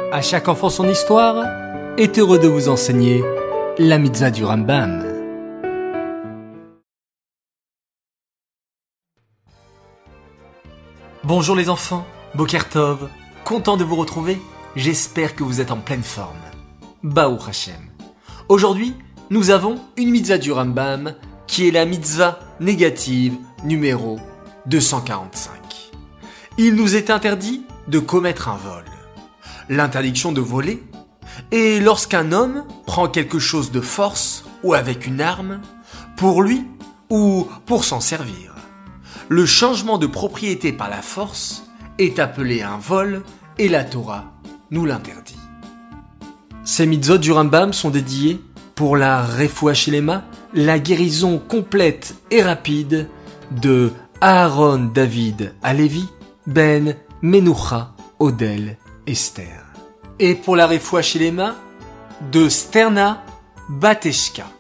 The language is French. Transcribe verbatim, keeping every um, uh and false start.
À chaque enfant son histoire est heureux de vous enseigner la mitzvah du Rambam. Bonjour les enfants, Boker Tov, content de vous retrouver, j'espère que vous êtes en pleine forme. Baruch Hashem. Aujourd'hui, nous avons une mitzvah du Rambam qui est la mitzvah négative numéro deux cent quarante-cinq. Il nous est interdit de commettre un vol. L'interdiction de voler est lorsqu'un homme prend quelque chose de force ou avec une arme pour lui ou pour s'en servir. Le changement de propriété par la force est appelé un vol et la Torah nous l'interdit. Ces mitzvot du Rambam sont dédiées pour la refoua shelema, la guérison complète et rapide de Aaron David Alevi, Ben Menucha Odel Esther. Et pour la refoua shelema de Sterna Bateshka.